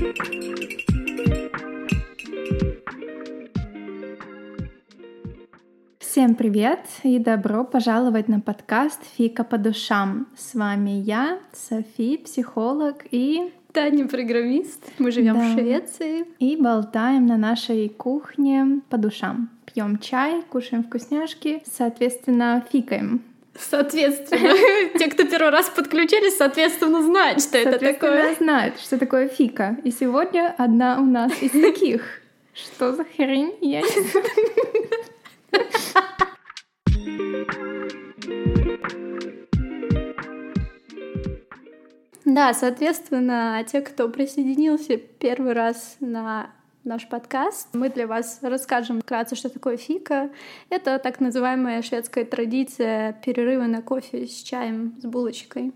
Всем привет и добро пожаловать на подкаст «Фика по душам». С вами я, Софи, психолог, и Таня, программист. Мы живем в Швеции. И болтаем на нашей кухне по душам. Пьем чай, кушаем вкусняшки, соответственно, фикаем. Соответственно, те, кто первый раз подключились, соответственно, знают, что это такое. Знают, что такое фика. И сегодня одна у нас из таких. Что за хрень? Я не знаю. Да, соответственно, те, кто присоединился первый раз на наш подкаст, мы для вас расскажем вкратце, что такое фика. Это так называемая шведская традиция перерыва на кофе с чаем, с булочкой.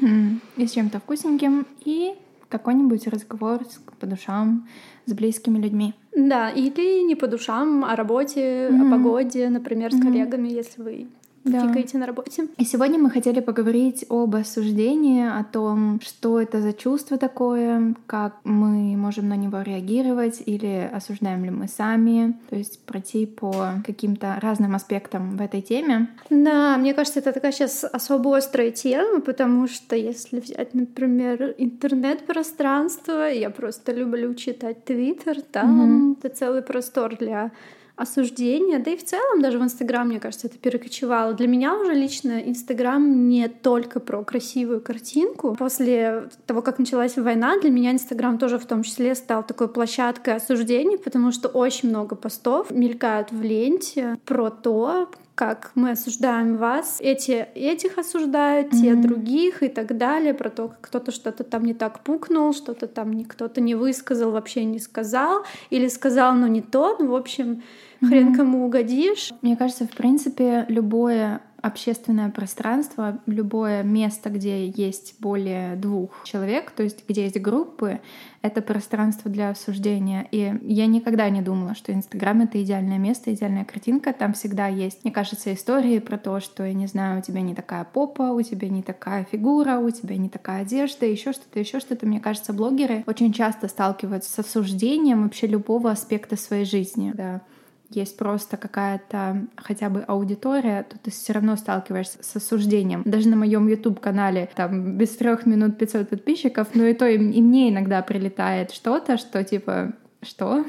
И с чем-то вкусненьким, и какой-нибудь разговор по душам с близкими людьми. Да, или не по душам, о работе, о погоде, например, с коллегами, если вы фикаете на работе. И сегодня мы хотели поговорить об осуждении, о том, что это за чувство такое, как мы можем на него реагировать или осуждаем ли мы сами, то есть пройти по каким-то разным аспектам в этой теме. Да, мне кажется, это такая сейчас особо острая тема, потому что если взять, например, интернет-пространство, я просто люблю читать Твиттер, там это целый простор для осуждения, да и в целом даже в Инстаграм, мне кажется, это перекочевало. Для меня уже лично Инстаграм не только про красивую картинку. После того, как началась война, для меня Инстаграм тоже в том числе стал такой площадкой осуждений, потому что очень много постов мелькают в ленте про то, как мы осуждаем вас, этих осуждают, те других и так далее, про то, как кто-то что-то там не так пукнул, что-то там кто-то не высказал, вообще не сказал, или сказал, но не то, в общем, хрен кому угодишь. Мне кажется, в принципе, любое общественное пространство, любое место, где есть более 2 человек, то есть где есть группы, это пространство для обсуждения. И я никогда не думала, что Инстаграм — это идеальное место, идеальная картинка. Там всегда есть, мне кажется, истории про то, что, я не знаю, у тебя не такая попа, у тебя не такая фигура, у тебя не такая одежда, еще что-то. Мне кажется, блогеры очень часто сталкиваются с обсуждением вообще любого аспекта своей жизни. Да. Есть просто какая-то хотя бы аудитория, то ты все равно сталкиваешься с осуждением. Даже на моем YouTube-канале там без 3 минут 500 подписчиков, но и то и мне иногда прилетает что-то, что типа что?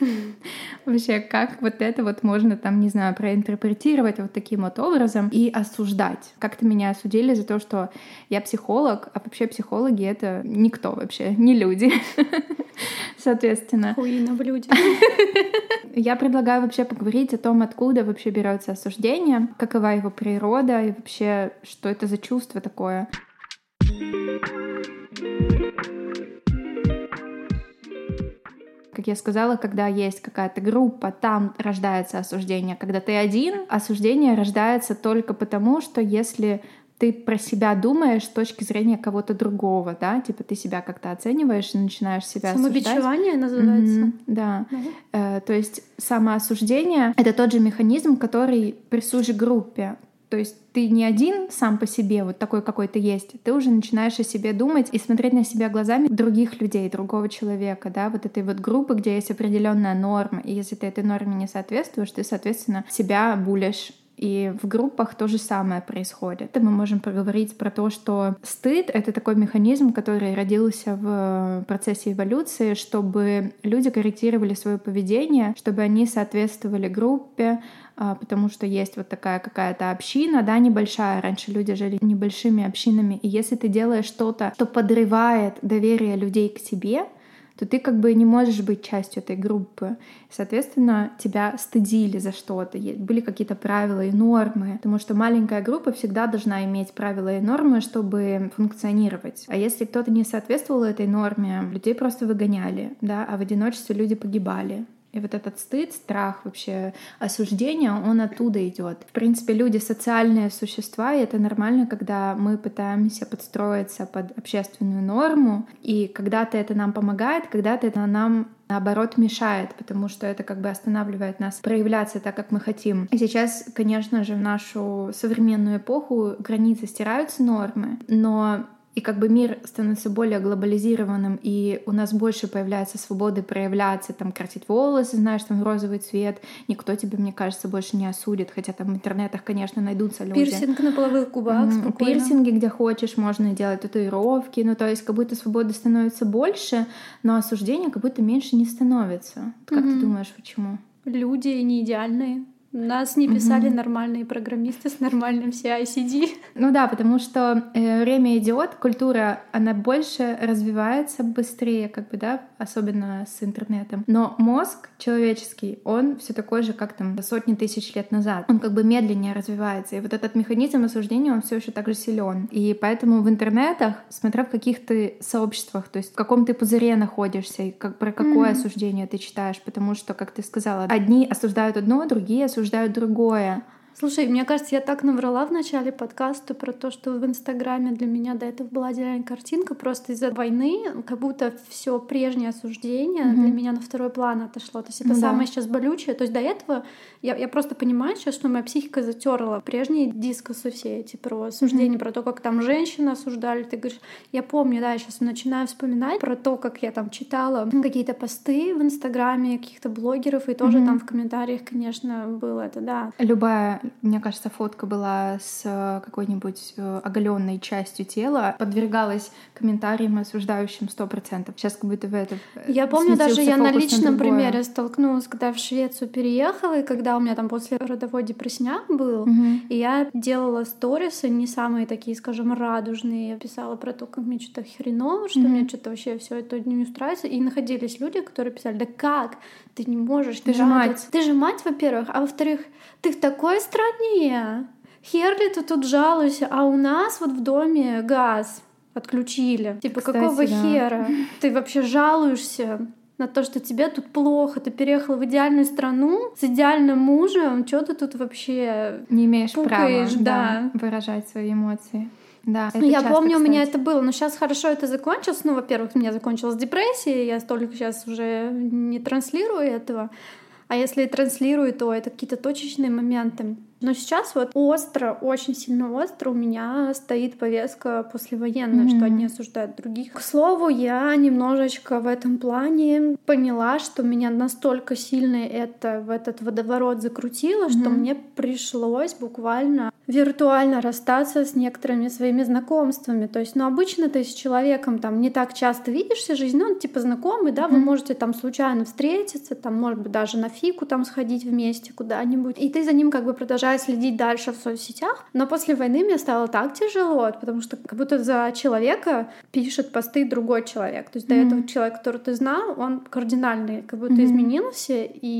Вообще, как вот это вот можно там, не знаю, проинтерпретировать вот таким вот образом и осуждать? Как-то меня осудили за то, что я психолог, а вообще психологи — это никто вообще, не люди. Соответственно. Хуина в люди. Я предлагаю вообще поговорить о том, откуда вообще берется осуждение, какова его природа и вообще, что это за чувство такое. Как я сказала, когда есть какая-то группа, там рождается осуждение. Когда ты один, осуждение рождается только потому, что если ты про себя думаешь с точки зрения кого-то другого, да, типа ты себя как-то оцениваешь и начинаешь себя осуждать. Самобичевание называется. Да. То есть самоосуждение — это тот же механизм, который присущ группе. То есть ты не один сам по себе, вот такой, какой ты есть, ты уже начинаешь о себе думать и смотреть на себя глазами других людей, другого человека, да, вот этой вот группы, где есть определенная норма, и если ты этой норме не соответствуешь, ты, соответственно, себя булишь. И в группах то же самое происходит. Это мы можем поговорить про то, что стыд — это такой механизм, который родился в процессе эволюции, чтобы люди корректировали свое поведение, чтобы они соответствовали группе, потому что есть вот такая какая-то община, да, небольшая. Раньше люди жили небольшими общинами. И если ты делаешь что-то, что подрывает доверие людей к тебе, то ты как бы не можешь быть частью этой группы. Соответственно, тебя стыдили за что-то. Были какие-то правила и нормы. Потому что маленькая группа всегда должна иметь правила и нормы, чтобы функционировать. А если кто-то не соответствовал этой норме, людей просто выгоняли, да, а в одиночестве люди погибали. И вот этот стыд, страх, вообще осуждение, он оттуда идет. В принципе, люди — социальные существа, и это нормально, когда мы пытаемся подстроиться под общественную норму, и когда-то это нам помогает, когда-то это нам наоборот мешает, потому что это как бы останавливает нас проявляться так, как мы хотим. И сейчас, конечно же, в нашу современную эпоху границы стираются, нормы, но и как бы мир становится более глобализированным, и у нас больше появляется свободы проявляться, там, красить волосы, знаешь, там, в розовый цвет. Никто тебя, мне кажется, больше не осудит, хотя там в интернетах, конечно, найдутся люди. Пирсинг на половых губах, спокойно. Пирсинги, где хочешь, можно делать татуировки. Ну, то есть как будто свободы становится больше, но осуждения как будто меньше не становится. Как ты думаешь, почему? Люди не идеальные. Нас не писали нормальные программисты с нормальным CI/CD. Ну да, потому что время идет, культура, она больше развивается быстрее, как бы, да, особенно с интернетом. Но мозг человеческий, он все такой же, как там сотни тысяч лет назад. Он как бы медленнее развивается. И вот этот механизм осуждения, он все еще так же силен. И поэтому в интернетах, смотря в каких ты сообществах, то есть в каком ты пузыре находишься, и про какое осуждение ты читаешь, потому что, как ты сказала, одни осуждают одно, другие осуждают другое. Слушай, мне кажется, я так наврала в начале подкаста про то, что в Инстаграме для меня до этого была отдельная картинка, просто из-за войны, как будто все прежнее осуждение для меня на второй план отошло. То есть это самое сейчас болючее. То есть до этого я просто понимаю сейчас, что моя психика затерла прежние дискусы все эти про осуждение, про то, как там женщины осуждали. Ты говоришь, я помню, да, я сейчас начинаю вспоминать про то, как я там читала какие-то посты в Инстаграме каких-то блогеров, и тоже там в комментариях, конечно, было это, да. Любая, мне кажется, фотка была с какой-нибудь оголенной частью тела, подвергалась комментариям, осуждающим 100%. Сейчас как будто в это я помню, даже я на личном другое. примере столкнулась, когда я в Швецию переехала, и когда у меня там после родовой депрессняк был, и я делала сторисы, не самые такие, скажем, радужные. Я писала про то, как мне что-то хреново, что мне что-то вообще все это не устраивается. И находились люди, которые писали, да как? Ты не можешь. Ты же мать. Ты же мать, во-первых. А во-вторых, ты в такой стране. Хер ли ты тут жалуешься? А у нас вот в доме газ отключили. Типа, кстати, какого хера? Ты вообще жалуешься на то, что тебе тут плохо, ты переехала в идеальную страну с идеальным мужем, что ты тут вообще не имеешь пукаешь, права выражать свои эмоции. Да, это я часто, помню, кстати. У меня это было, но сейчас хорошо это закончилось. Ну, во-первых, у меня закончилась депрессия, я столько сейчас уже не транслирую этого. А если и транслирую, то это какие-то точечные моменты. Но сейчас вот остро, очень сильно остро у меня стоит повестка послевоенная, что одни осуждают других. К слову, я немножечко в этом плане поняла, что меня настолько сильно это в этот водоворот закрутило, что мне пришлось буквально виртуально расстаться с некоторыми своими знакомствами. То есть, обычно ты с человеком там не так часто видишься в жизни, он типа знакомый, да, вы можете там случайно встретиться, там, может быть, даже на фику там сходить вместе куда-нибудь, и ты за ним как бы продолжаешь следить дальше в соцсетях. Но после войны мне стало так тяжело, потому что как будто за человека пишет посты другой человек. То есть до этого человек, который ты знал, он кардинально как будто изменился,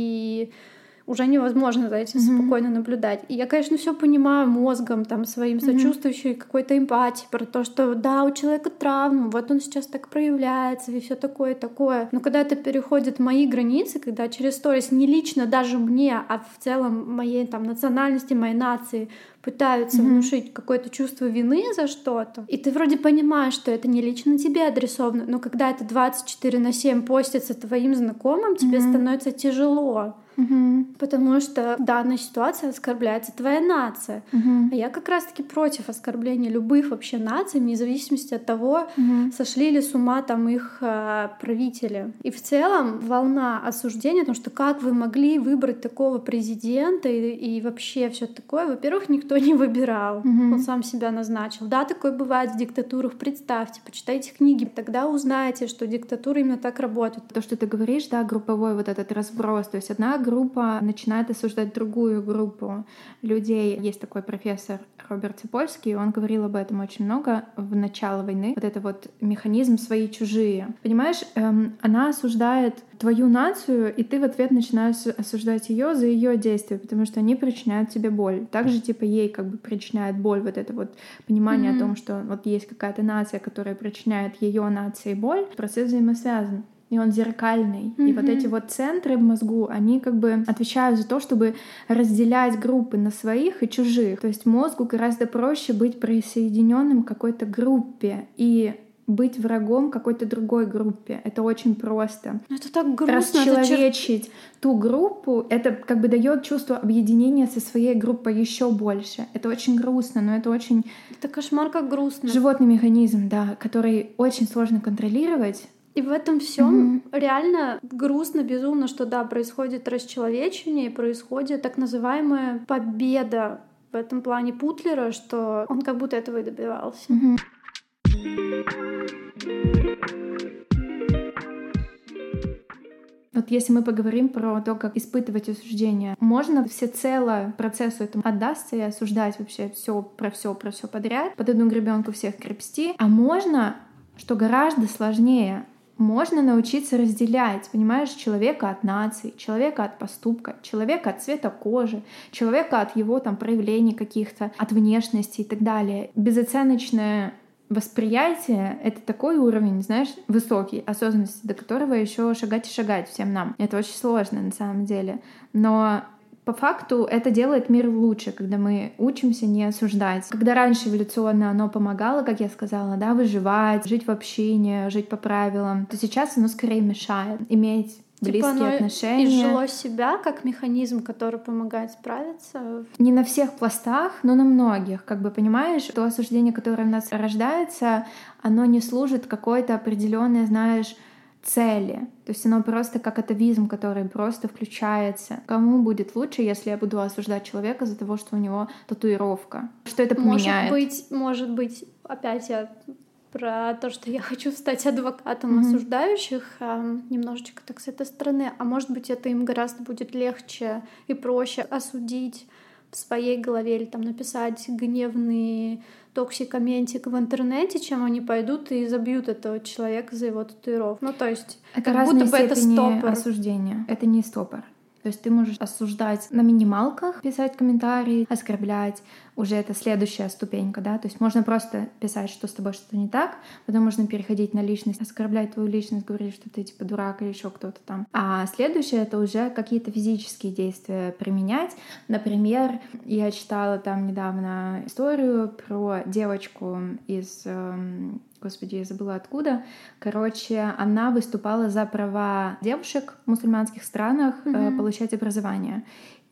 и уже невозможно за этим спокойно наблюдать. И я, конечно, все понимаю мозгом, там, своим сочувствующей какой-то эмпатией про то, что да, у человека травма, вот он сейчас так проявляется, и все такое, такое. Но когда это переходит мои границы, когда через сторис не лично даже мне, а в целом моей там национальности, моей нации пытаются внушить какое-то чувство вины за что-то, и ты вроде понимаешь, что это не лично тебе адресовано, но когда это 24/7 постится твоим знакомым, тебе становится тяжело. Потому что в данной ситуации оскорбляется твоя нация. А я как раз-таки против оскорбления любых вообще наций, вне зависимости от того, сошли ли с ума там их правители. И в целом волна осуждения, потому что как вы могли выбрать такого президента и вообще все такое, во-первых, никто не выбирал, он сам себя назначил. Да, такое бывает в диктатурах, представьте, почитайте книги, тогда узнаете, что диктатуры именно так работают. То, что ты говоришь, да, групповой вот этот разброс, то есть одна группа начинает осуждать другую группу людей. Есть такой профессор Роберт Сапольский, он говорил об этом очень много в начало войны. Вот это вот механизм свои-чужие. Понимаешь, она осуждает твою нацию, и ты в ответ начинаешь осуждать ее за ее действия, потому что они причиняют тебе боль. Также типа ей как бы причиняет боль вот это вот понимание о том, что вот есть какая-то нация, которая причиняет ее нации боль. Процесс взаимосвязан. И он зеркальный. И вот эти вот центры в мозгу, они как бы отвечают за то, чтобы разделять группы на своих и чужих. То есть мозгу гораздо проще быть присоединенным к какой-то группе и быть врагом какой-то другой группе. Это очень просто. Это так грустно. Расчеловечить ту группу, это как бы дает чувство объединения со своей группой еще больше. Это очень грустно, но это очень... Это кошмар, как грустно. Животный механизм, да, который очень сложно контролировать. И в этом всем реально грустно, безумно, что да, происходит расчеловечение, происходит так называемая победа в этом плане Путлера, что он как будто этого и добивался. Вот если мы поговорим про то, как испытывать осуждение, можно всецело процессу этому отдастся и осуждать вообще все подряд, под одну гребенку всех крепсти, а можно, что гораздо сложнее, можно научиться разделять, понимаешь, человека от нации, человека от поступка, человека от цвета кожи, человека от его там проявлений каких-то, от внешности и так далее. Безоценочное восприятие — это такой уровень, знаешь, высокий, осознанности, до которого еще шагать и шагать всем нам. Это очень сложно на самом деле. Но по факту это делает мир лучше, когда мы учимся не осуждать. Когда раньше эволюционно оно помогало, как я сказала, да, выживать, жить в общине, жить по правилам, то сейчас оно скорее мешает иметь близкие отношения. Изжило себя как механизм, который помогает справиться. Не на всех пластах, но на многих. Как бы понимаешь, то осуждение, которое в нас рождается, оно не служит какой-то определенной, знаешь, цели. То есть оно просто как атовизм, который просто включается. Кому будет лучше, если я буду осуждать человека за того, что у него татуировка? Что это поменяет? Может быть, опять я про то, что я хочу стать адвокатом осуждающих, немножечко так с этой стороны. А может быть, это им гораздо будет легче и проще осудить в своей голове или там написать гневный токсик-комментик в интернете, чем они пойдут и забьют этого человека за его татуировку. Ну, то есть, это как будто бы это стопор. Осуждения. Это не стопор. То есть ты можешь осуждать на минималках, писать комментарии, оскорблять. Уже это следующая ступенька, да? То есть можно просто писать, что с тобой что-то не так, потом можно переходить на личность, оскорблять твою личность, говорить, что ты типа дурак или еще кто-то там. А следующее — это уже какие-то физические действия применять. Например, я читала там недавно историю про девочку из... Господи, я забыла откуда. Короче, она выступала за права девушек в мусульманских странах получать образование.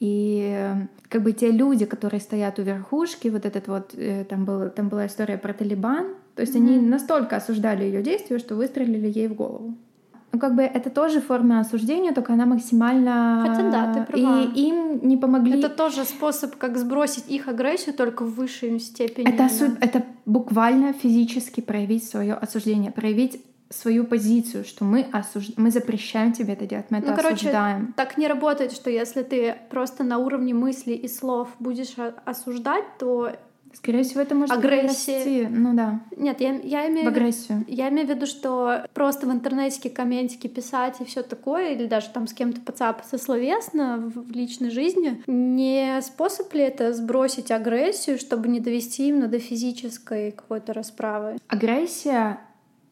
И как бы те люди, которые стоят у верхушки, вот этот вот, там была история про Талибан, то есть они настолько осуждали ее действия, что выстрелили ей в голову. Ну, как бы это тоже форма осуждения, только она максимально... Хотя да, ты права. И им не помогли... Это тоже способ, как сбросить их агрессию, только в высшей степени. Это буквально физически проявить свое осуждение, проявить свою позицию, что мы запрещаем тебе это делать, мы это осуждаем. Так не работает, что если ты просто на уровне мыслей и слов будешь осуждать, то... Скорее всего, это может перерасти. Ну да. Нет, я имею в агрессию. Я имею в виду, что просто в интернете комментики писать и все такое, или даже там с кем-то поцапаться словесно в личной жизни, не способ ли это сбросить агрессию, чтобы не довести именно до физической какой-то расправы? Агрессия,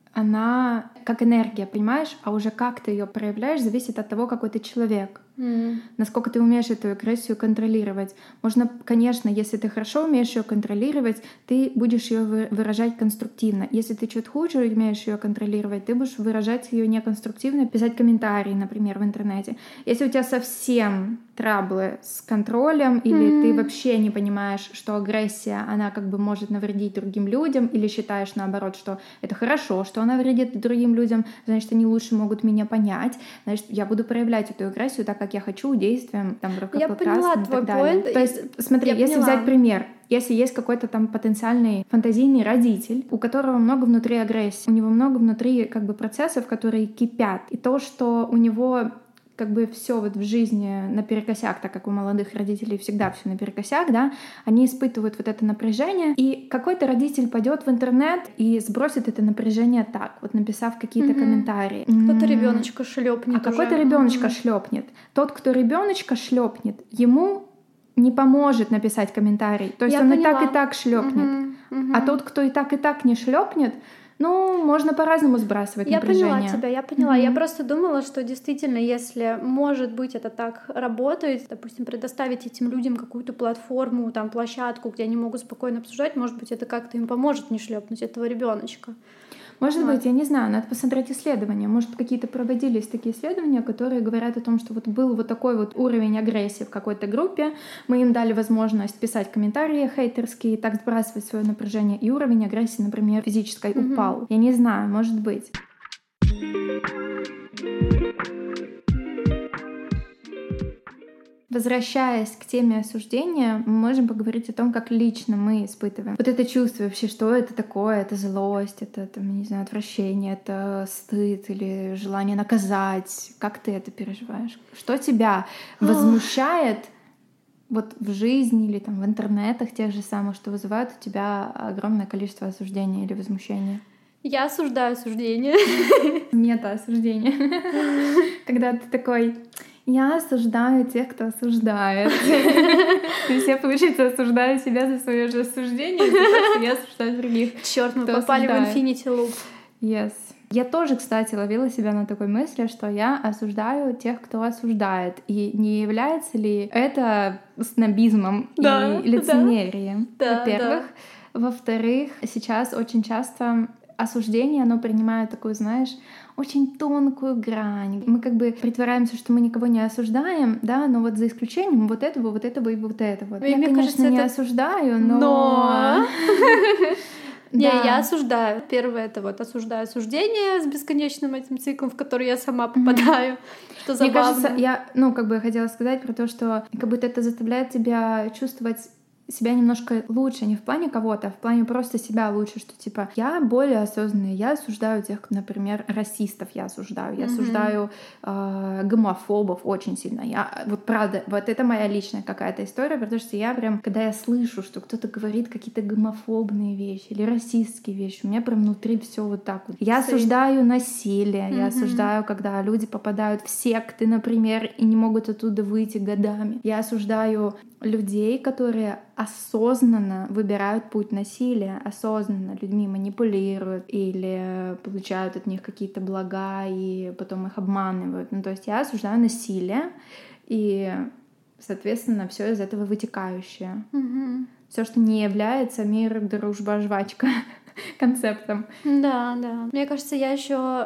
она как энергия, понимаешь? А уже как ты ее проявляешь, зависит от того, какой ты человек. Насколько ты умеешь эту агрессию контролировать. Можно, конечно, если ты хорошо умеешь ее контролировать, ты будешь ее выражать конструктивно. Если ты чуть хуже умеешь ее контролировать, ты будешь выражать ее неконструктивно, писать комментарии, например, в интернете. Если у тебя совсем траблы с контролем, или ты вообще не понимаешь, что агрессия, она как бы может навредить другим людям, или считаешь наоборот, что это хорошо, что она вредит другим людям, значит, они лучше могут меня понять, значит, я буду проявлять эту агрессию так, как я хочу, действием там рукоприкладством и так далее. То есть, смотри, если взять пример, если есть какой-то там потенциальный фантазийный родитель, у которого много внутри агрессии, у него много внутри как бы процессов, которые кипят, и то, что у него как бы все вот в жизни наперекосяк, так как у молодых родителей всегда все наперекосяк, да, они испытывают вот это напряжение, и какой-то родитель пойдет в интернет и сбросит это напряжение так, вот написав какие-то комментарии. Кто-то ребеночка шлепнет. А какой-то ребеночка шлепнет. Тот, кто ребеночка шлепнет, ему не поможет написать комментарий. То есть он и так шлепнет. А тот, кто и так не шлепнет, ну, можно по-разному сбрасывать напряжение. Я поняла. Я просто думала, что действительно, если, может быть, это так работает, допустим, предоставить этим людям какую-то платформу, там, площадку, где они могут спокойно обсуждать, может быть, это как-то им поможет не шлепнуть этого ребеночка. Может быть, я не знаю, надо посмотреть исследования. Может, какие-то проводились такие исследования, которые говорят о том, что вот был вот такой вот уровень агрессии в какой-то группе, мы им дали возможность писать комментарии хейтерские, и так сбрасывать свое напряжение, и уровень агрессии, например, физической упал. Я не знаю, может быть. Возвращаясь к теме осуждения, мы можем поговорить о том, как лично мы испытываем вот это чувство вообще, что это такое, это злость, это, там, не знаю, отвращение, это стыд или желание наказать. Как ты это переживаешь? Что тебя возмущает вот в жизни или там в интернетах тех же самых, что вызывает у тебя огромное количество осуждения или возмущения? Я осуждаю осуждение. Мета-осуждение. Когда ты такой... Я осуждаю тех, кто осуждает. То есть я, получается, осуждаю себя за свое же осуждение, за то, что я осуждаю других. Черт, мы попали в Infinity Loop. Yes. Я тоже, кстати, ловила себя на такой мысли, что я осуждаю тех, кто осуждает. И не является ли это снобизмом и лицемерием, во-первых. Во-вторых, сейчас очень часто осуждение, оно принимает такую, знаешь, очень тонкую грань. Мы как бы притворяемся, что мы никого не осуждаем, да, но вот за исключением вот этого и вот этого. Я, конечно, не осуждаю, но... Не, я осуждаю. Первое — это вот осуждаю осуждение с бесконечным этим циклом, в который я сама попадаю. Что забавно. Мне кажется, я хотела сказать про то, что как будто это заставляет тебя чувствовать себя немножко лучше, не в плане кого-то, а в плане просто себя лучше, что типа я более осознанная, я осуждаю тех, например, расистов, я осуждаю гомофобов очень сильно. Я вот правда, вот это моя личная какая-то история, потому что я прям, когда я слышу, что кто-то говорит какие-то гомофобные вещи или расистские вещи, у меня прям внутри все вот так вот. Я осуждаю насилие, я осуждаю, когда люди попадают в секты, например, и не могут оттуда выйти годами. Я осуждаю людей, которые осознанно выбирают путь насилия, осознанно людьми манипулируют или получают от них какие-то блага и потом их обманывают. Ну, то есть я осуждаю насилие и, соответственно, все из этого вытекающее. Все, что не является мир, дружба, жвачка концептом. Да. Мне кажется, я еще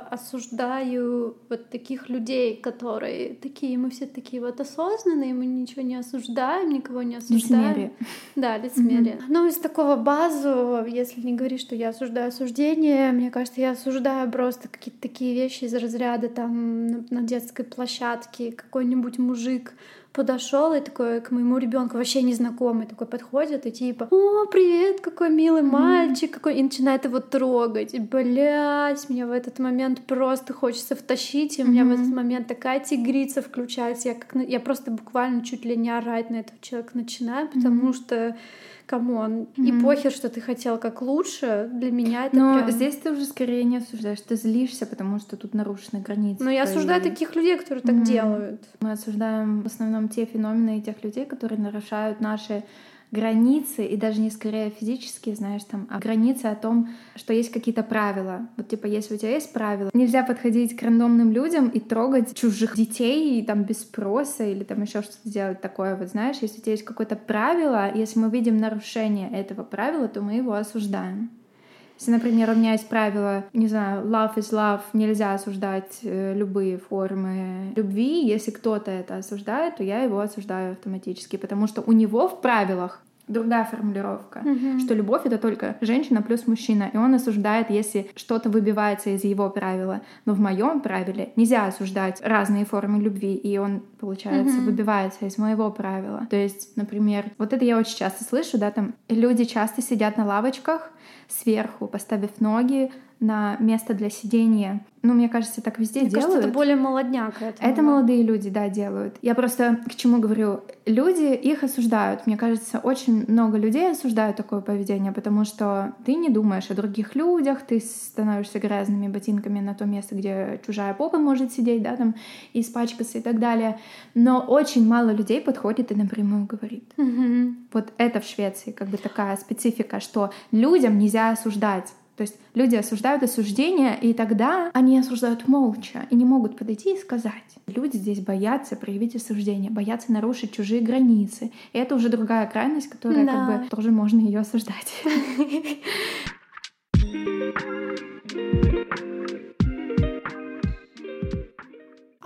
осуждаю вот таких людей, которые такие, мы все такие вот осознанные, мы ничего не осуждаем, никого не осуждаем. Лицемерие. Да, лицемерие. Ну, из такого базу, если не говорить, что я осуждаю осуждение, мне кажется, я осуждаю просто какие-то такие вещи из разряда там на детской площадке какой-нибудь мужик подошел и такой к моему ребенку вообще незнакомый такой подходит и типа: «О, привет, какой милый мальчик, какой», и начинает его трогать. И, блядь, меня в этот момент просто хочется втащить, и у меня в этот момент такая тигрица включается. Я просто буквально чуть ли не орать на этого человека начинаю, потому что камон, и похер, что ты хотел как лучше, для меня это но прям... здесь ты уже скорее не осуждаешь, ты злишься, потому что тут нарушены границы. Но я осуждаю таких людей, которые так делают. Мы осуждаем в основном те феномены и тех людей, которые нарушают наши границы, и даже не скорее физические, знаешь, там, а границы о том, что есть какие-то правила. Вот типа, если у тебя есть правила, нельзя подходить к рандомным людям и трогать чужих детей и, там, без спроса или там еще что-то делать такое. Вот знаешь, если у тебя есть какое-то правило, если мы видим нарушение этого правила, то мы его осуждаем. Если, например, у меня есть правило, не знаю, love is love, нельзя осуждать любые формы любви. Если кто-то это осуждает, то я его осуждаю автоматически, потому что у него в правилах другая формулировка, что любовь — это только женщина плюс мужчина, и он осуждает, если что-то выбивается из его правила. Но в моем правиле нельзя осуждать разные формы любви, и он, получается, выбивается из моего правила. То есть, например, вот это я очень часто слышу, да, там люди часто сидят на лавочках сверху, поставив ноги на место для сидения. Ну, мне кажется, так везде делают. Мне кажется, это более молодняк. Это молодые люди, да, делают. Я просто к чему говорю? Люди их осуждают. Мне кажется, очень много людей осуждают такое поведение, потому что ты не думаешь о других людях, ты становишься грязными ботинками на то место, где чужая попа может сидеть, да, там, и испачкаться и так далее. Но очень мало людей подходит и напрямую говорит. Вот это в Швеции как бы такая специфика, что людям нельзя осуждать. То есть люди осуждают осуждение, и тогда они осуждают молча и не могут подойти и сказать. Люди здесь боятся проявить осуждение, боятся нарушить чужие границы. И это уже другая крайность, которая как бы тоже можно ее осуждать.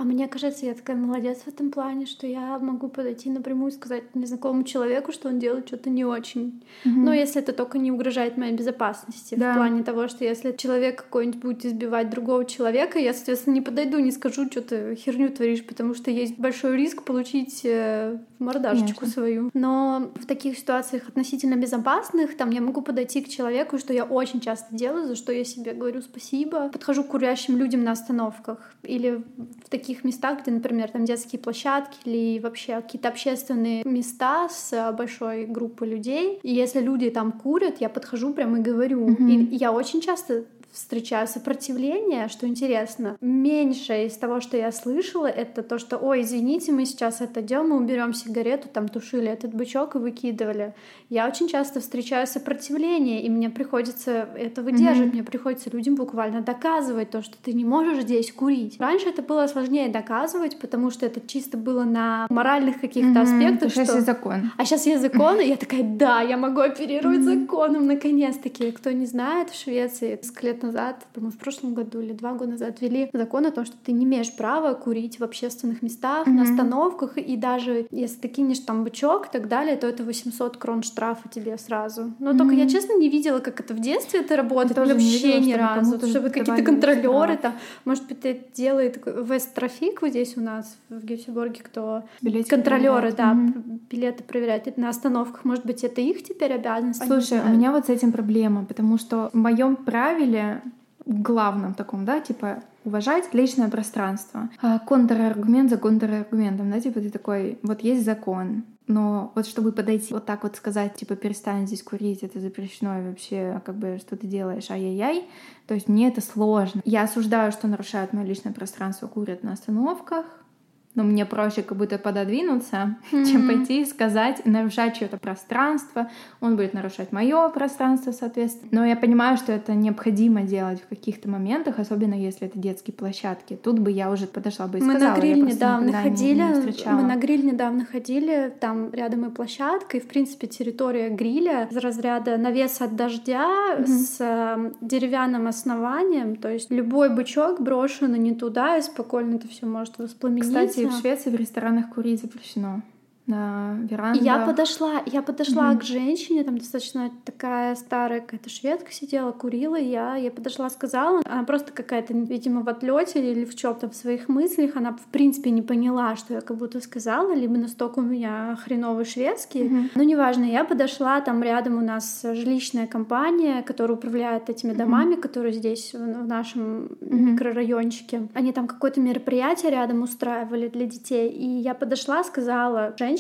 мне кажется, я такая молодец в этом плане, что я могу подойти напрямую и сказать незнакомому человеку, что он делает что-то не очень. Но если это только не угрожает моей безопасности. В плане того, что если человек какой-нибудь будет избивать другого человека, я, соответственно, не подойду, не скажу, что ты херню творишь, потому что есть большой риск получить мордашечку свою. Но в таких ситуациях относительно безопасных, там я могу подойти к человеку, что я очень часто делаю, за что я себе говорю спасибо. Подхожу к курящим людям на остановках или в таких местах, где, например, там детские площадки или вообще какие-то общественные места с большой группой людей. И если люди там курят, я подхожу прямо и говорю. И я очень часто встречаю сопротивление, что интересно. Меньше из того, что я слышала, это то, что «Ой, извините, мы сейчас отойдем, мы уберем сигарету», там тушили этот бычок и выкидывали. Я очень часто встречаю сопротивление, и мне приходится это выдерживать, мне приходится людям буквально доказывать то, что ты не можешь здесь курить. Раньше это было сложнее доказывать, потому что это чисто было на моральных каких-то аспектах. Сейчас есть закон. А сейчас есть закон, и я такая, да, я могу оперировать законом, наконец-таки. Кто не знает, в Швеции несколько лет назад, по-моему, в прошлом году или 2 года назад ввели закон о том, что ты не имеешь права курить в общественных местах, на остановках, и даже если ты кинешь там бычок и так далее, то это 800 крон штрафа тебе сразу. Но только я, честно, не видела, как это в детстве это работает, вообще ни разу. Чтобы какие-то контролеры там, может быть, это делает Весттрафик вот здесь у нас в Гетеборге, кто контролеры, да, билеты проверяют на остановках. Может быть, это их теперь обязанность? Слушай, у меня вот с этим проблема, потому что в моем правиле главном таком, да, типа уважать личное пространство. Контраргумент за контраргументом, да, типа ты такой, вот есть закон, но вот чтобы подойти вот так вот сказать, типа перестань здесь курить, это запрещено, и вообще как бы что ты делаешь, ай-яй-яй, то есть мне это сложно. Я осуждаю, что нарушают мое личное пространство, курят на остановках, но мне проще как будто пододвинуться, чем пойти и сказать, нарушать чьё-то пространство. Он будет нарушать мое пространство, соответственно. Но я понимаю, что это необходимо делать в каких-то моментах, особенно если это детские площадки. Тут бы я уже подошла бы и сказала. Мы на гриль недавно ходили. ходили, там рядом и площадка, и, в принципе, территория гриля из разряда навес от дождя с деревянным основанием. То есть любой бычок брошенный не туда, и спокойно это все может воспламениться. Кстати, в Швеции в ресторанах курить запрещено. На верандах. Я подошла к женщине, там достаточно такая старая какая-то шведка сидела, курила, я подошла, сказала, она просто какая-то, видимо, в отлете или в чем-то в своих мыслях, она в принципе не поняла, что я как будто сказала, либо настолько у меня хреновый шведский. Но неважно, я подошла, там рядом у нас жилищная компания, которая управляет этими домами, которые здесь в нашем микрорайончике. Они там какое-то мероприятие рядом устраивали для детей, и я подошла, сказала женщине,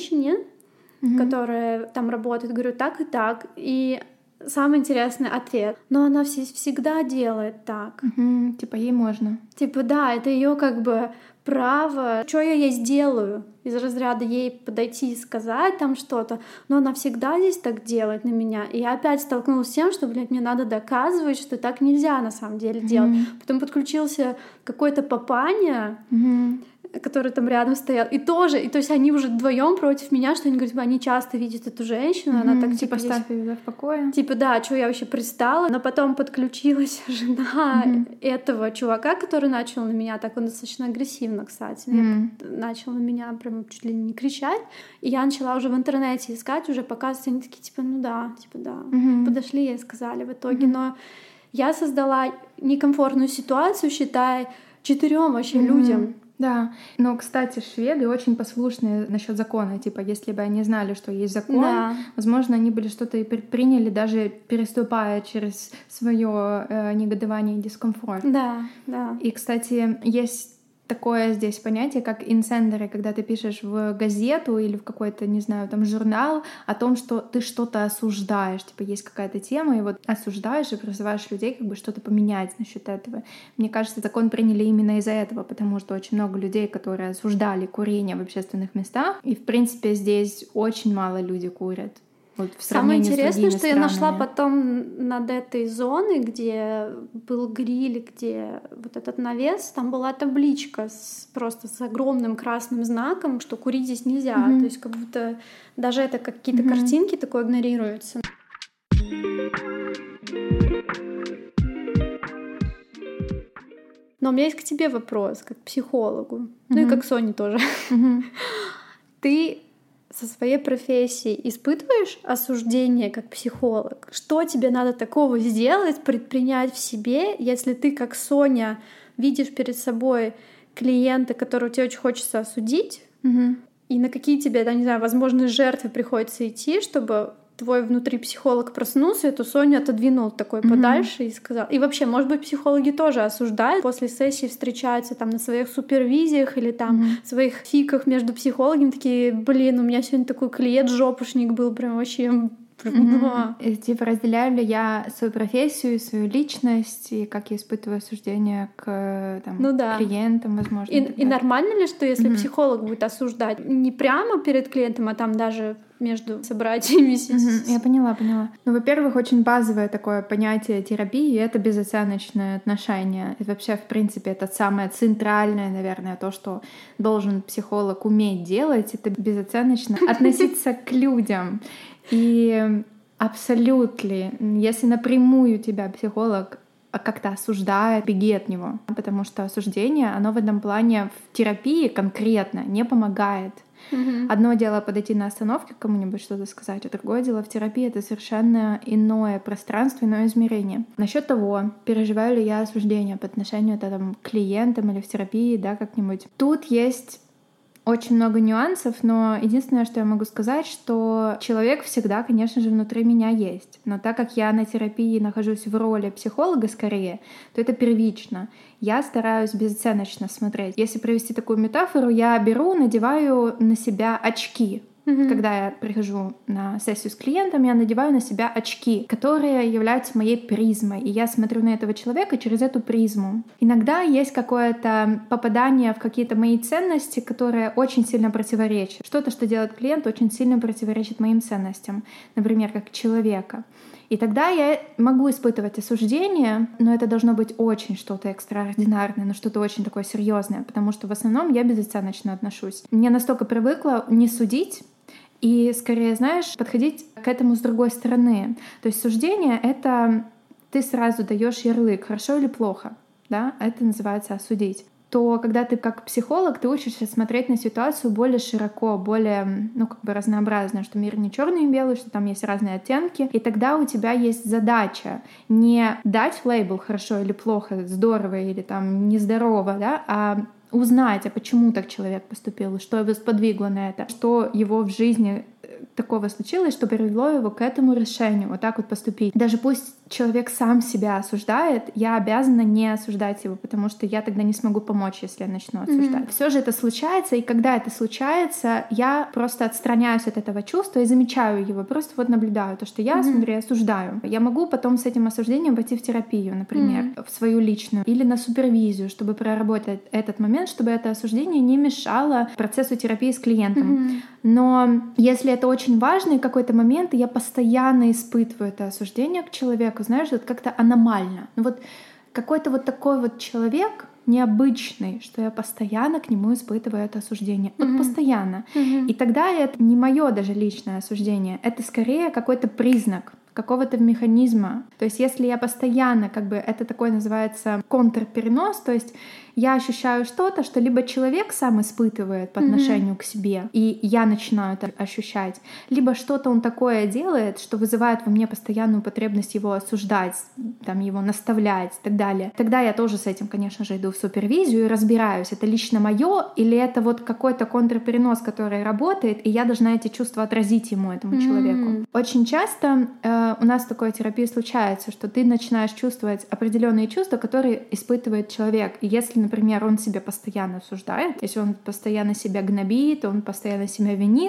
которая там работает, говорю, так и так. И самый интересный ответ. Но она всегда делает так. Типа ей можно. Типа да, это ее как бы право. Что я ей сделаю? Из разряда ей подойти и сказать там что-то. Но она всегда здесь так делает на меня. И я опять столкнулась с тем, что, блядь, мне надо доказывать, что так нельзя на самом деле делать. Потом подключился какой-то папаня, который там рядом стоял, то есть они уже вдвоем против меня, что они говорят, они часто видят эту женщину, она так типа оставь ее в покое. Типа да, что я вообще пристала, но потом подключилась жена этого чувака, который начал на меня, так он достаточно агрессивно, кстати, начал на меня прям чуть ли не кричать, и я начала уже в интернете искать, уже показывать, они такие типа ну да, подошли и сказали в итоге, но я создала некомфортную ситуацию, считай, 4 вообще людям. Да, но, кстати, шведы очень послушные насчет закона. Типа, если бы они знали, что есть закон, возможно, они бы что-то и предприняли, даже переступая через свое негодование и дискомфорт. Да. И, кстати, есть такое здесь понятие, как инсендеры, когда ты пишешь в газету или в какой-то, не знаю, там журнал о том, что ты что-то осуждаешь, типа есть какая-то тема, и вот осуждаешь и призываешь людей как бы что-то поменять насчет этого. Мне кажется, закон приняли именно из-за этого, потому что очень много людей, которые осуждали курение в общественных местах, и, в принципе, здесь очень мало людей курят. Вот самое интересное, что я нашла потом над этой зоной, где был гриль, где вот этот навес, там была табличка просто с огромным красным знаком, что курить здесь нельзя. То есть как будто даже это какие-то картинки такое игнорируются. Но у меня есть к тебе вопрос, как к психологу, ну и как Соне тоже. Ты со своей профессией испытываешь осуждение как психолог? Что тебе надо такого сделать, предпринять в себе, если ты, как Соня, видишь перед собой клиента, которого тебе очень хочется осудить, и на какие тебе, я не знаю, возможные жертвы приходится идти, чтобы твой внутри психолог проснулся, эту Соню отодвинул такой подальше и сказал. И вообще, может быть, психологи тоже осуждают. После сессии встречаются там на своих супервизиях или там своих фиках между психологами, такие, блин, у меня сегодня такой клиент-жопушник был, прям вообще... Типа, разделяю ли я свою профессию, свою личность, и как я испытываю осуждение к клиентам, возможно. И нормально ли, что если психолог будет осуждать не прямо перед клиентом, а там даже между собратьями? Я поняла. Ну, во-первых, очень базовое такое понятие терапии — это безоценочное отношение. И вообще, в принципе, это самое центральное, наверное, то, что должен психолог уметь делать, это безоценочно относиться к людям. И абсолютно, если напрямую тебя психолог как-то осуждает, беги от него. Потому что осуждение, оно в этом плане в терапии конкретно не помогает. Одно дело подойти на остановке к кому-нибудь что-то сказать, а другое дело в терапии — это совершенно иное пространство, иное измерение. Насчет того, переживаю ли я осуждение по отношению к клиентам или в терапии, да, как-нибудь. Тут есть очень много нюансов, но единственное, что я могу сказать, что человек всегда, конечно же, внутри меня есть. Но так как я на терапии нахожусь в роли психолога скорее, то это первично. Я стараюсь безоценочно смотреть. Если провести такую метафору, я надеваю на себя очки. Когда я прихожу на сессию с клиентом, я надеваю на себя очки, которые являются моей призмой, и я смотрю на этого человека через эту призму. Иногда есть какое-то попадание в какие-то мои ценности, которые очень сильно противоречат. Что-то, что делает клиент, очень сильно противоречит моим ценностям, например, как человека. И тогда я могу испытывать осуждение, но это должно быть очень что-то экстраординарное, но что-то очень такое серьезное, потому что в основном я безоценочно отношусь. Я настолько привыкла не судить, и скорее, знаешь, подходить к этому с другой стороны. То есть суждение — это ты сразу даешь ярлык, хорошо или плохо, да? Это называется осудить. То когда ты как психолог, ты учишься смотреть на ситуацию более широко, более, разнообразно, что мир не черный и белый, что там есть разные оттенки. И тогда у тебя есть задача не дать лейбл хорошо или плохо, здорово или там нездорово, да, а узнать, а почему так человек поступил, что его сподвигло на это, что его в жизни такого случилось, что привело его к этому решению вот так вот поступить. Даже пусть человек сам себя осуждает, я обязана не осуждать его, потому что я тогда не смогу помочь, если я начну осуждать. Все же это случается, и когда это случается, я просто отстраняюсь от этого чувства и замечаю его, просто вот наблюдаю то, что я, смотрю, осуждаю. Я могу потом с этим осуждением пойти в терапию, например, в свою личную, или на супервизию, чтобы проработать этот момент, чтобы это осуждение не мешало процессу терапии с клиентом. Но если это очень важный какой-то момент, и я постоянно испытываю это осуждение к человеку, знаешь, вот как-то аномально. Ну вот какой-то вот такой вот человек необычный, что я постоянно к нему испытываю это осуждение. Вот постоянно. И тогда это не мое даже личное осуждение, это скорее какой-то признак какого-то механизма. То есть если я постоянно, это такой называется контрперенос, то есть я ощущаю что-то, что либо человек сам испытывает по отношению к себе, и я начинаю это ощущать, либо что-то он такое делает, что вызывает во мне постоянную потребность его осуждать, там, его наставлять и так далее. Тогда я тоже с этим, конечно же, иду в супервизию и разбираюсь, это лично мое или это вот какой-то контрперенос, который работает, и я должна эти чувства отразить этому человеку. Очень часто у нас в такой терапии случается, что ты начинаешь чувствовать определенные чувства, которые испытывает человек. И если, например, он себя постоянно осуждает, если он постоянно себя гнобит, он постоянно себя винит,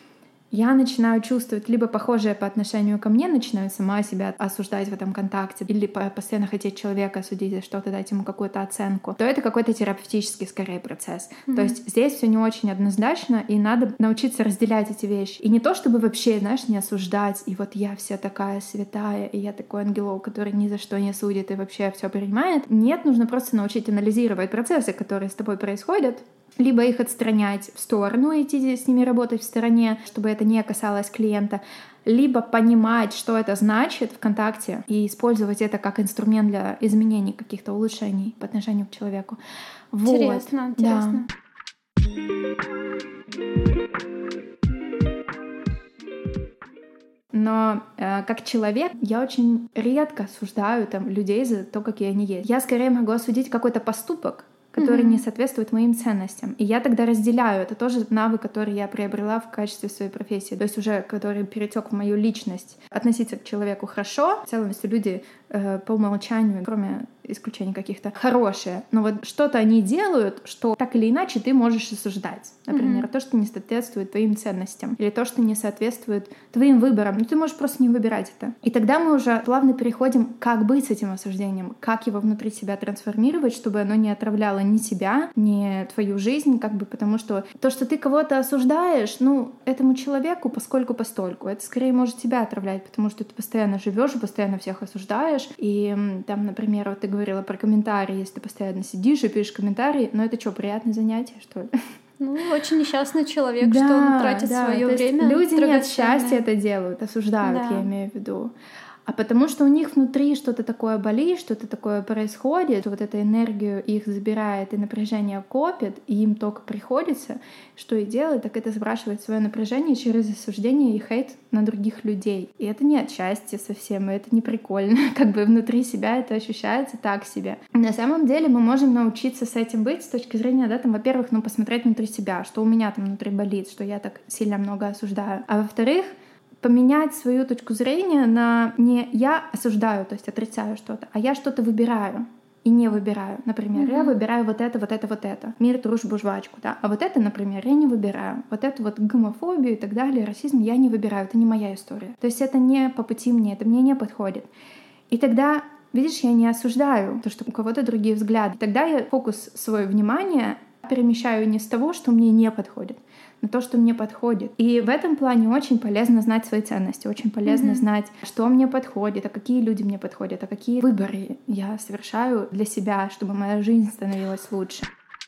я начинаю чувствовать либо похожее по отношению ко мне, начинаю сама себя осуждать в этом контакте, или постоянно хотеть человека осудить за что-то, дать ему какую-то оценку, то это какой-то терапевтический скорее процесс. То есть здесь все не очень однозначно, и надо научиться разделять эти вещи. И не то, чтобы вообще, знаешь, не осуждать, и вот я вся такая святая, и я такой ангелок, который ни за что не судит и вообще все принимает. Нет, нужно просто научить анализировать процессы, которые с тобой происходят, либо их отстранять в сторону, идти с ними работать в стороне, чтобы это не касалось клиента, либо понимать, что это значит ВКонтакте, и использовать это как инструмент для изменений, каких-то улучшений по отношению к человеку. Интересно, вот. интересно. Да. Но как человек я очень редко осуждаю людей за то, какие они есть. Я скорее могу осудить какой-то поступок, который не соответствует моим ценностям. И я тогда разделяю. Это тоже навык, который я приобрела в качестве своей профессии. То есть уже который перетек в мою личность. Относиться к человеку хорошо. В целом, если люди по умолчанию, кроме исключений каких-то, хорошие, но вот что-то они делают, что так или иначе ты можешь осуждать. Например, то, что не соответствует твоим ценностям, или то, что не соответствует твоим выборам. Ну, ты можешь просто не выбирать это. И тогда мы уже плавно переходим, как быть с этим осуждением, как его внутри себя трансформировать, чтобы оно не отравляло ни тебя, ни твою жизнь, потому что то, что ты кого-то осуждаешь, этому человеку поскольку-постольку, это скорее может тебя отравлять, потому что ты постоянно живешь и постоянно всех осуждаешь. И там, например, вот ты говорила про комментарии, если ты постоянно сидишь и пишешь комментарии, это что, приятное занятие, что ли? Очень несчастный человек, что он тратит свое время. Люди не от счастья это делают, осуждают, я имею в виду. А потому что у них внутри что-то такое болит, что-то такое происходит, вот эту энергию их забирает и напряжение копит, и им только приходится, что и делать, так это сбрасывать свое напряжение через осуждение и хейт на других людей. И это не от счастья совсем, и это не прикольно. Внутри себя это ощущается так себе. На самом деле мы можем научиться с этим быть с точки зрения, во-первых, посмотреть внутри себя, что у меня там внутри болит, что я так сильно много осуждаю. А во-вторых, поменять свою точку зрения на не я осуждаю, то есть отрицаю что-то, а я что-то выбираю и не выбираю. Например, я выбираю вот это. Мир, дружбу, жвачку, да. А вот это, например, я не выбираю. Вот эту гомофобию и так далее, расизм я не выбираю. Это не моя история. То есть это не по пути мне, это мне не подходит. И тогда, видишь, я не осуждаю то, что у кого-то другие взгляды. Тогда я фокус свое внимание перемещаю не с того, что мне не подходит, на то, что мне подходит. И в этом плане очень полезно знать свои ценности, очень полезно знать, что мне подходит, а какие люди мне подходят, а какие выборы я совершаю для себя, чтобы моя жизнь становилась лучше.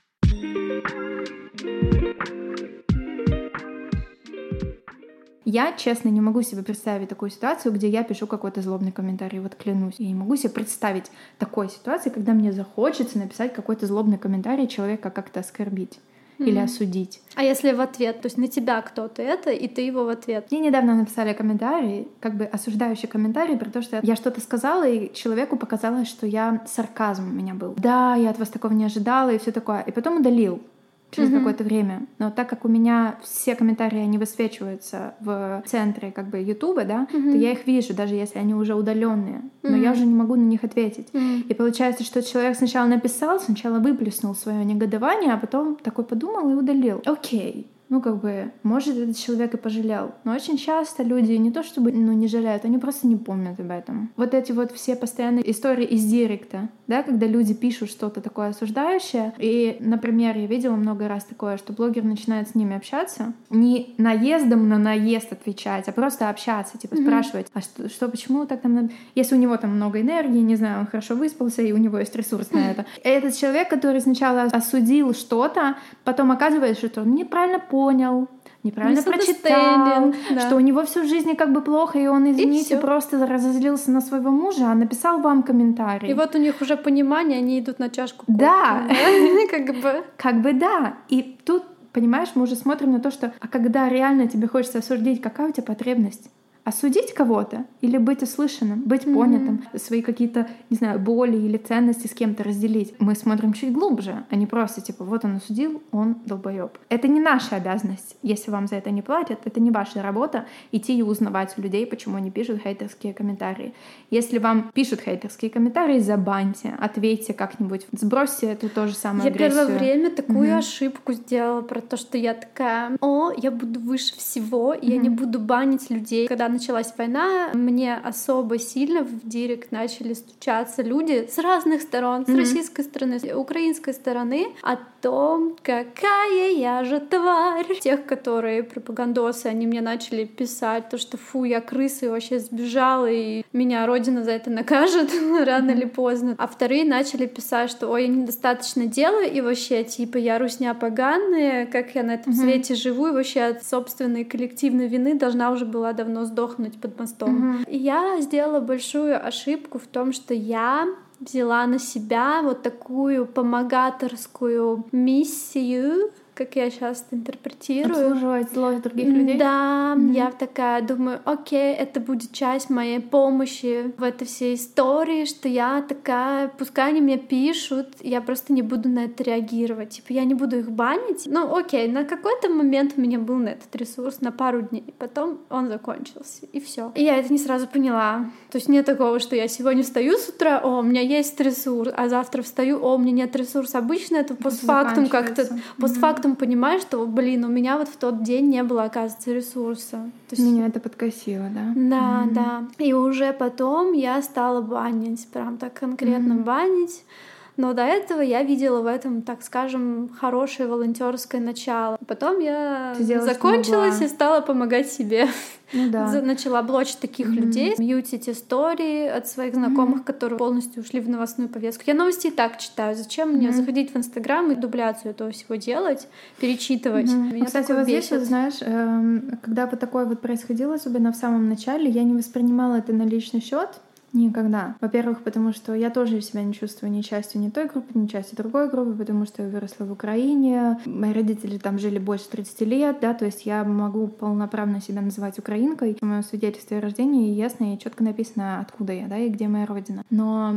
Я, честно, не могу себе представить такую ситуацию, где я пишу какой-то злобный комментарий, клянусь. Я не могу себе представить такой ситуации, когда мне захочется написать какой-то злобный комментарий, человека как-то оскорбить или осудить. А если в ответ, то есть на тебя кто-то это, и ты его в ответ? Мне недавно написали комментарий, осуждающий комментарий про то, что я что-то сказала, и человеку показалось, что сарказм у меня был. Да, я от вас такого не ожидала, и все такое. И потом удалил через какое-то время. Но так как у меня все комментарии, они высвечиваются в центре Ютуба, да, то я их вижу, даже если они уже удаленные. Но я уже не могу на них ответить. И получается, что человек сначала написал, сначала выплеснул свое негодование, а потом такой подумал и удалил. Окей. Может, этот человек и пожалел. Но очень часто люди не то чтобы не жалеют, они просто не помнят об этом. Вот эти все постоянные истории из директа, да, когда люди пишут что-то такое осуждающее. И, например, я видела много раз такое, что блогер начинает с ними общаться, не наездом на наезд отвечать, а просто общаться, спрашивать, а что, почему так там... Если у него там много энергии, не знаю, он хорошо выспался, и у него есть ресурс на это. И этот человек, который сначала осудил что-то, потом оказывается, что он неправильно понял, неправильно прочитал, что у него все в жизни плохо, и он, извините, просто разозлился на своего мужа, а написал вам комментарий. И вот у них уже понимание, они идут на чашку кофе. Да. Да. И тут, понимаешь, мы уже смотрим на то, что а когда реально тебе хочется осудить, какая у тебя потребность? Осудить кого-то или быть услышанным, быть понятым, свои какие-то, не знаю, боли или ценности с кем-то разделить. Мы смотрим чуть глубже, а не просто вот он осудил, он долбоёб. Это не наша обязанность, если вам за это не платят, это не ваша работа идти и узнавать у людей, почему они пишут хейтерские комментарии. Если вам пишут хейтерские комментарии, забаньте, ответьте как-нибудь, сбросьте эту тоже самую агрессию. Я первое время такую ошибку сделала про то, что я такая, я буду выше всего, я не буду банить людей. Когда началась война, мне особо сильно в директ начали стучаться люди с разных сторон, с российской стороны, с украинской стороны, от том, какая я же тварь. Тех, которые пропагандосы, они мне начали писать то, что фу, я крыса и вообще сбежала, и меня Родина за это накажет рано или поздно. А вторые начали писать, что ой, я недостаточно делаю, и вообще, типа, я русня поганая, как я на этом свете живу, и вообще от собственной коллективной вины должна уже была давно сдохнуть под мостом. И я сделала большую ошибку в том, что я взяла на себя вот такую помогаторскую миссию, как я сейчас интерпретирую. Обслуживать зло других людей? Да, я такая думаю, окей, это будет часть моей помощи в этой всей истории, что я такая, пускай они мне пишут, я просто не буду на это реагировать. Типа, я не буду их банить. Ну, окей, на какой-то момент у меня был на этот ресурс, на пару дней. Потом он закончился, и все. И я это не сразу поняла. То есть нет такого, что я сегодня встаю с утра, о, у меня есть ресурс, а завтра встаю, о, у меня нет ресурса. Обычно это постфактум как-то, постфактум понимаешь, что, блин, у меня вот в тот день не было, оказывается, ресурса. То есть... Меня это подкосило, да? Да, да. И уже потом я стала банить, прям так конкретно банить. Но до этого я видела в этом, так скажем, хорошее волонтерское начало. Потом я закончилась и стала помогать себе. Ну, да. Начала блочить таких людей, мьютить истории от своих знакомых, которые полностью ушли в новостную повестку. Я новости и так читаю. Зачем мне заходить в Инстаграм и дубляцию этого всего делать, перечитывать? Меня кстати, вот здесь, вот, знаешь, когда вот такое вот происходило, особенно в самом начале, я не воспринимала это на личный счет. Никогда. Во-первых, потому что я тоже себя не чувствую ни частью ни той группы, ни частью другой группы, потому что я выросла в Украине. Мои родители там жили больше 30 лет, да, то есть я могу полноправно себя называть украинкой. В моем свидетельстве о рождении ясно и четко написано, откуда я, да, и где моя родина. Но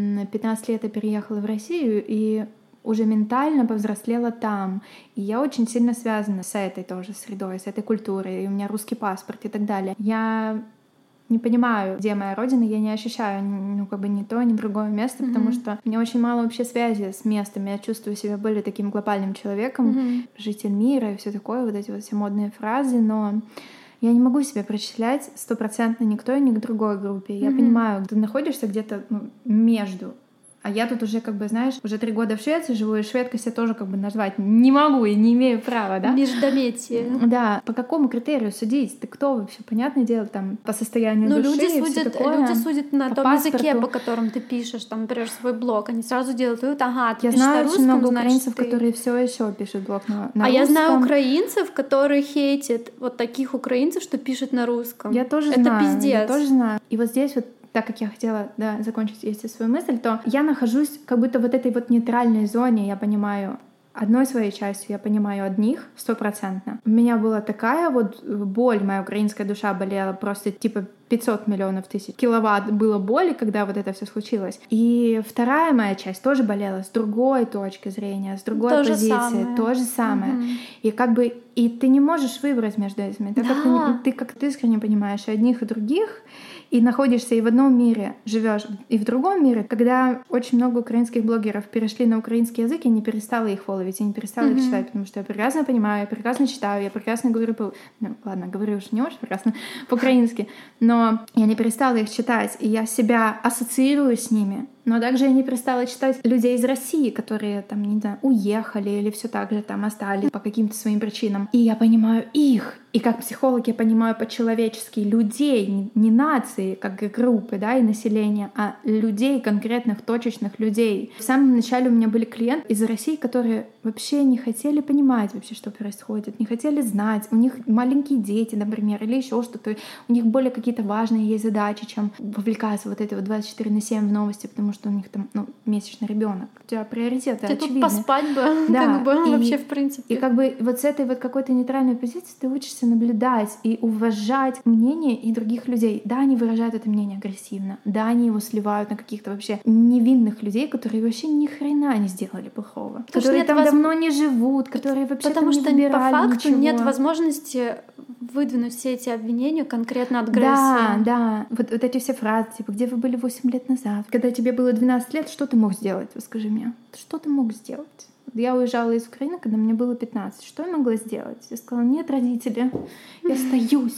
15 лет я переехала в Россию, и уже ментально повзрослела там. И я очень сильно связана с этой тоже средой, с этой культурой. И у меня русский паспорт и так далее. Я не понимаю, где моя родина, я не ощущаю, ну, как бы ни то, ни другое место, потому что у меня очень мало вообще связи с местом. Я чувствую себя более таким глобальным человеком, житель мира и все такое, вот эти вот все модные фразы, но я не могу себя причислять 100% ни к той, ни к другой группе. Я понимаю, ты находишься где-то между. А я тут уже, как бы, знаешь, уже 3 года в Швеции живу, и шведкой себя тоже как бы назвать не могу и не имею права, да? Междометие. Да. По какому критерию судить? Ты кто вообще? Понятное дело, там, по состоянию души люди и судят, всё такое. люди судят на по том паспорту. языке, по которому ты пишешь, там, например, свой блог. Они сразу делают вывод, ага, ты я пишешь знаю на русском, очень много значит, украинцев, ты... которые все еще пишут блог на русском. Я знаю украинцев, которые хейтят вот таких украинцев, что пишут на русском. Я тоже Это знаю. пиздец. Я тоже знаю. И вот здесь вот, так как я хотела, да, закончить, если свою мысль, то я нахожусь как будто в вот этой вот нейтральной зоне, я понимаю одной своей частью, я понимаю одних 100%. У меня была такая вот боль, моя украинская душа болела просто типа 500 миллионов тысяч киловатт было боли, когда вот это все случилось. И вторая моя часть тоже болела с другой точки зрения, с другой позиции. То же самое. И как бы и ты не можешь выбрать между этими. Так как ты как искренне понимаешь и одних, и других, и находишься и в одном мире живешь, и в другом мире. Когда очень много украинских блогеров перешли на украинский язык, я не перестала их фолловить, я не перестала их читать, потому что я прекрасно понимаю, я прекрасно читаю, я прекрасно говорю ну, ладно, говорю уж не очень прекрасно по-украински, но я не перестала их читать, и я себя ассоциирую с ними. Но также я не перестала читать людей из России, которые там, не знаю, уехали или все так же там остались по каким-то своим причинам. И я понимаю их. И как психолог я понимаю по-человечески людей, не нации, как и группы, да, и населения, а людей, конкретных, точечных людей. В самом начале у меня были клиенты из России, которые вообще не хотели понимать вообще, что происходит, не хотели знать. У них маленькие дети, например, или еще что-то. У них более какие-то важные есть задачи, чем вовлекаться вот это вот 24/7 в новости, потому что у них там, ну, месячный ребенок. У тебя приоритеты очевидны. Тут поспать бы, да. как бы, и, вообще в принципе. И как бы вот с этой вот какой-то нейтральной позиции ты учишься наблюдать и уважать мнение и других людей. Да, они выражают это мнение агрессивно. Да, они его сливают на каких-то вообще невинных людей, которые вообще ни хрена не сделали плохого. Потому которые там давно не живут, которые вообще Потому там что не выбирали по факту ничего. нет возможности выдвинуть все эти обвинения конкретно от агрессии. Да. Вот эти все фразы, типа, где вы были 8 лет назад? Когда тебе было 12 лет, что ты мог сделать? Скажи мне. Что ты мог сделать? Я уезжала из Украины, когда мне было 15. Что я могла сделать? Я сказала, нет, родители, я остаюсь.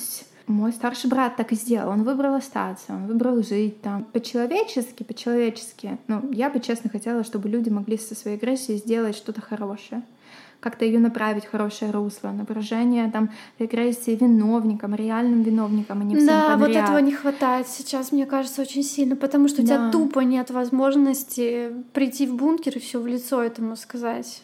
Мой старший брат так и сделал. Он выбрал остаться, он выбрал жить там. По-человечески. Ну, я бы, честно, хотела, чтобы люди могли со своей агрессией сделать что-то хорошее. Как-то ее направить в хорошее русло. На выражение там агрессии виновникам, реальным виновникам, а не всем Да, подряд. вот этого не хватает сейчас, мне кажется, очень сильно, потому что у тебя тупо нет возможности прийти в бункер и все в лицо этому сказать.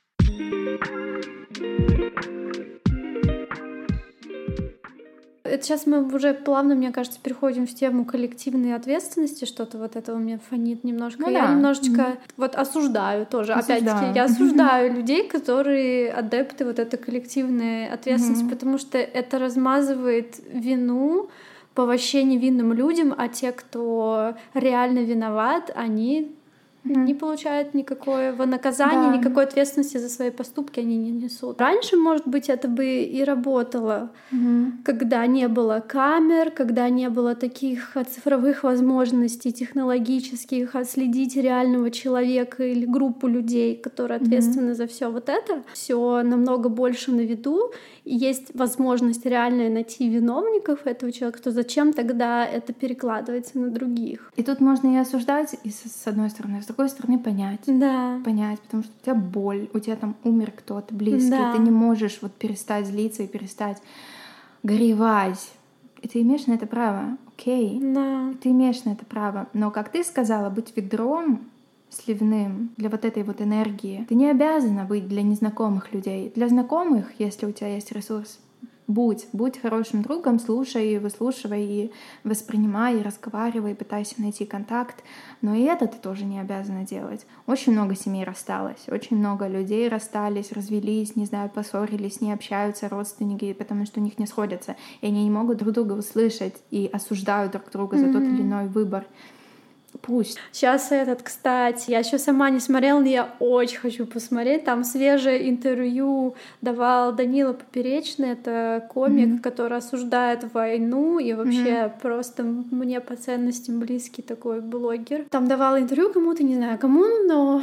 Это сейчас мы уже плавно, мне кажется, переходим в тему коллективной ответственности, что-то вот этого меня фонит немножко. Ну, я да. немножечко вот осуждаю тоже. Опять-таки, я осуждаю людей, которые адепты вот этой коллективной ответственности, потому что это размазывает вину по вообще невинным людям, а те, кто реально виноват, они не получают никакого наказания, никакой ответственности за свои поступки они не несут. Раньше, может быть, это бы и работало, когда не было камер, когда не было таких цифровых возможностей технологических отследить реального человека или группу людей, которые ответственны за все вот это. Все намного больше на виду, и есть возможность реально найти виновников этого человека, то зачем тогда это перекладывается на других? И тут можно и осуждать, и с одной стороны, с другой стороны понять. Да. Понять, потому что у тебя боль, у тебя там умер кто-то близкий, ты не можешь вот перестать злиться и перестать горевать. И ты имеешь на это право, окей? Да. Ты имеешь на это право. Но, как ты сказала, быть ведром сливным для вот этой вот энергии, ты не обязана быть для незнакомых людей. Для знакомых, если у тебя есть ресурс, будь хорошим другом, слушай, выслушивай и воспринимай, и разговаривай, пытайся найти контакт. Но и это ты тоже не обязана делать. Очень много семей рассталось, очень много людей расстались, развелись, не знаю, поссорились, не общаются родственники, потому что у них не сходятся, и они не могут друг друга услышать и осуждают друг друга за тот или иной выбор. Пусть. Сейчас кстати, я еще сама не смотрела, но я очень хочу посмотреть. Там свежее интервью давал Данила Поперечный, это комик, который осуждает войну и вообще просто мне по ценностям близкий такой блогер. Там давал интервью кому-то, не знаю кому, но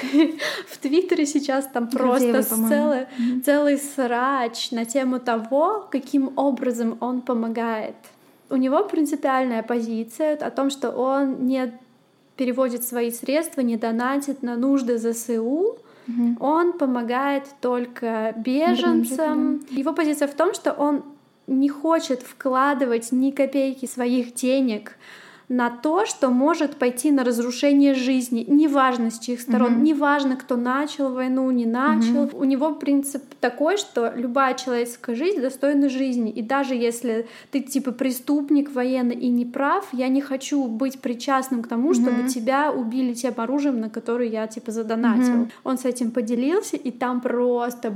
в Твиттере сейчас там просто целый срач на тему того, каким образом он помогает. У него принципиальная позиция о том, что он не переводит свои средства, не донатит на нужды ЗСУ, он помогает только беженцам. Его позиция в том, что он не хочет вкладывать ни копейки своих денег на то, что может пойти на разрушение жизни. Неважно, с чьих сторон, неважно, кто начал войну, не начал. У него принцип такой, что любая человеческая жизнь достойна жизни. И даже если ты типа преступник военный и не прав, я не хочу быть причастным к тому, чтобы тебя убили тем оружием, на которое я типа задонатил. Он с этим поделился, и там просто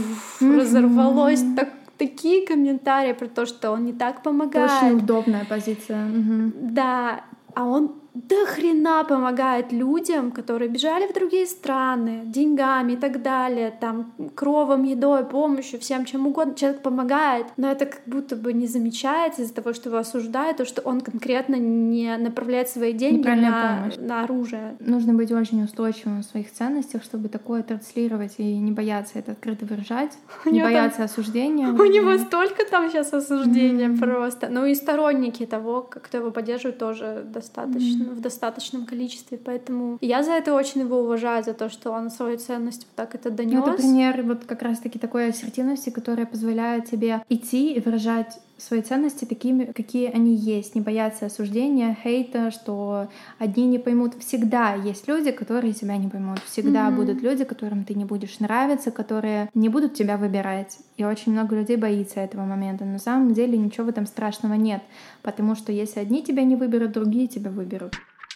разорвалось такие комментарии про то, что он не так помогает. Очень удобная позиция. Да, а он до хрена помогает людям, которые бежали в другие страны, деньгами и так далее, там, кровом, едой, помощью, всем чем угодно. Человек помогает, но это как будто бы не замечается из-за того, что его осуждают, то, что он конкретно не направляет свои деньги на оружие. Нужно быть очень устойчивым в своих ценностях, чтобы такое транслировать и не бояться это открыто выражать, не бояться осуждения. У него столько там сейчас осуждения просто. Ну и сторонники того, кто его поддерживает, тоже в достаточном количестве, поэтому я за это очень его уважаю, за то, что он свою ценность вот так это донес. Это пример вот как раз-таки такой ассертивности, которая позволяет тебе идти и выражать свои ценности такими, какие они есть, не бояться осуждения, хейта, что одни не поймут. Всегда есть люди, которые тебя не поймут. Всегда будут люди, которым ты не будешь нравиться, которые не будут тебя выбирать. И очень много людей боится этого момента. Но на самом деле ничего в этом страшного нет, потому что если одни тебя не выберут, другие тебя выберут.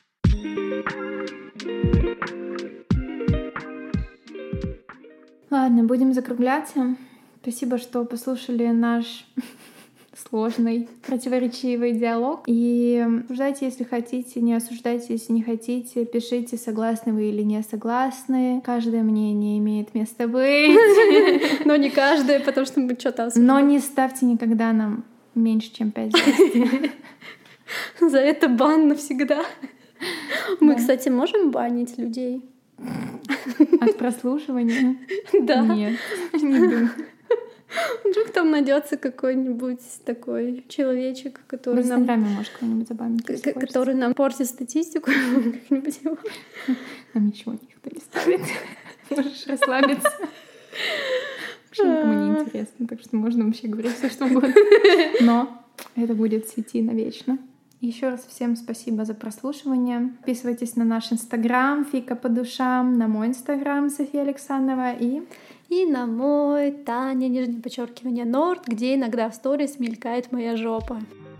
Ладно, будем закругляться. Спасибо, что послушали наш сложный, противоречивый диалог. И обсуждайте, если хотите, не осуждайте, если не хотите. Пишите, согласны вы или не согласны. Каждое мнение имеет место быть. Но не каждое, потому что мы что-то осуждаем. Но не ставьте никогда нам меньше, чем 5 звезд. За это бан навсегда. Мы, кстати, можем банить людей? От прослушивания? Да. Нет, не думаю. Вдруг там найдется какой-нибудь такой человечек, В который нам... Инстаграме, может, кто-нибудь забанит, если хочется. Который нам портит статистику. Как-нибудь его. Нам ничего никто не ставит. Можешь расслабиться. Вообще никому не интересно, так что можно вообще говорить все, что угодно. Но это будет в сети навечно. Еще раз всем спасибо за прослушивание. Подписывайтесь на наш Инстаграм Фика по душам, на мой Инстаграм София Александрова и на мой Таня, _Норд, где иногда в сторис мелькает моя жопа.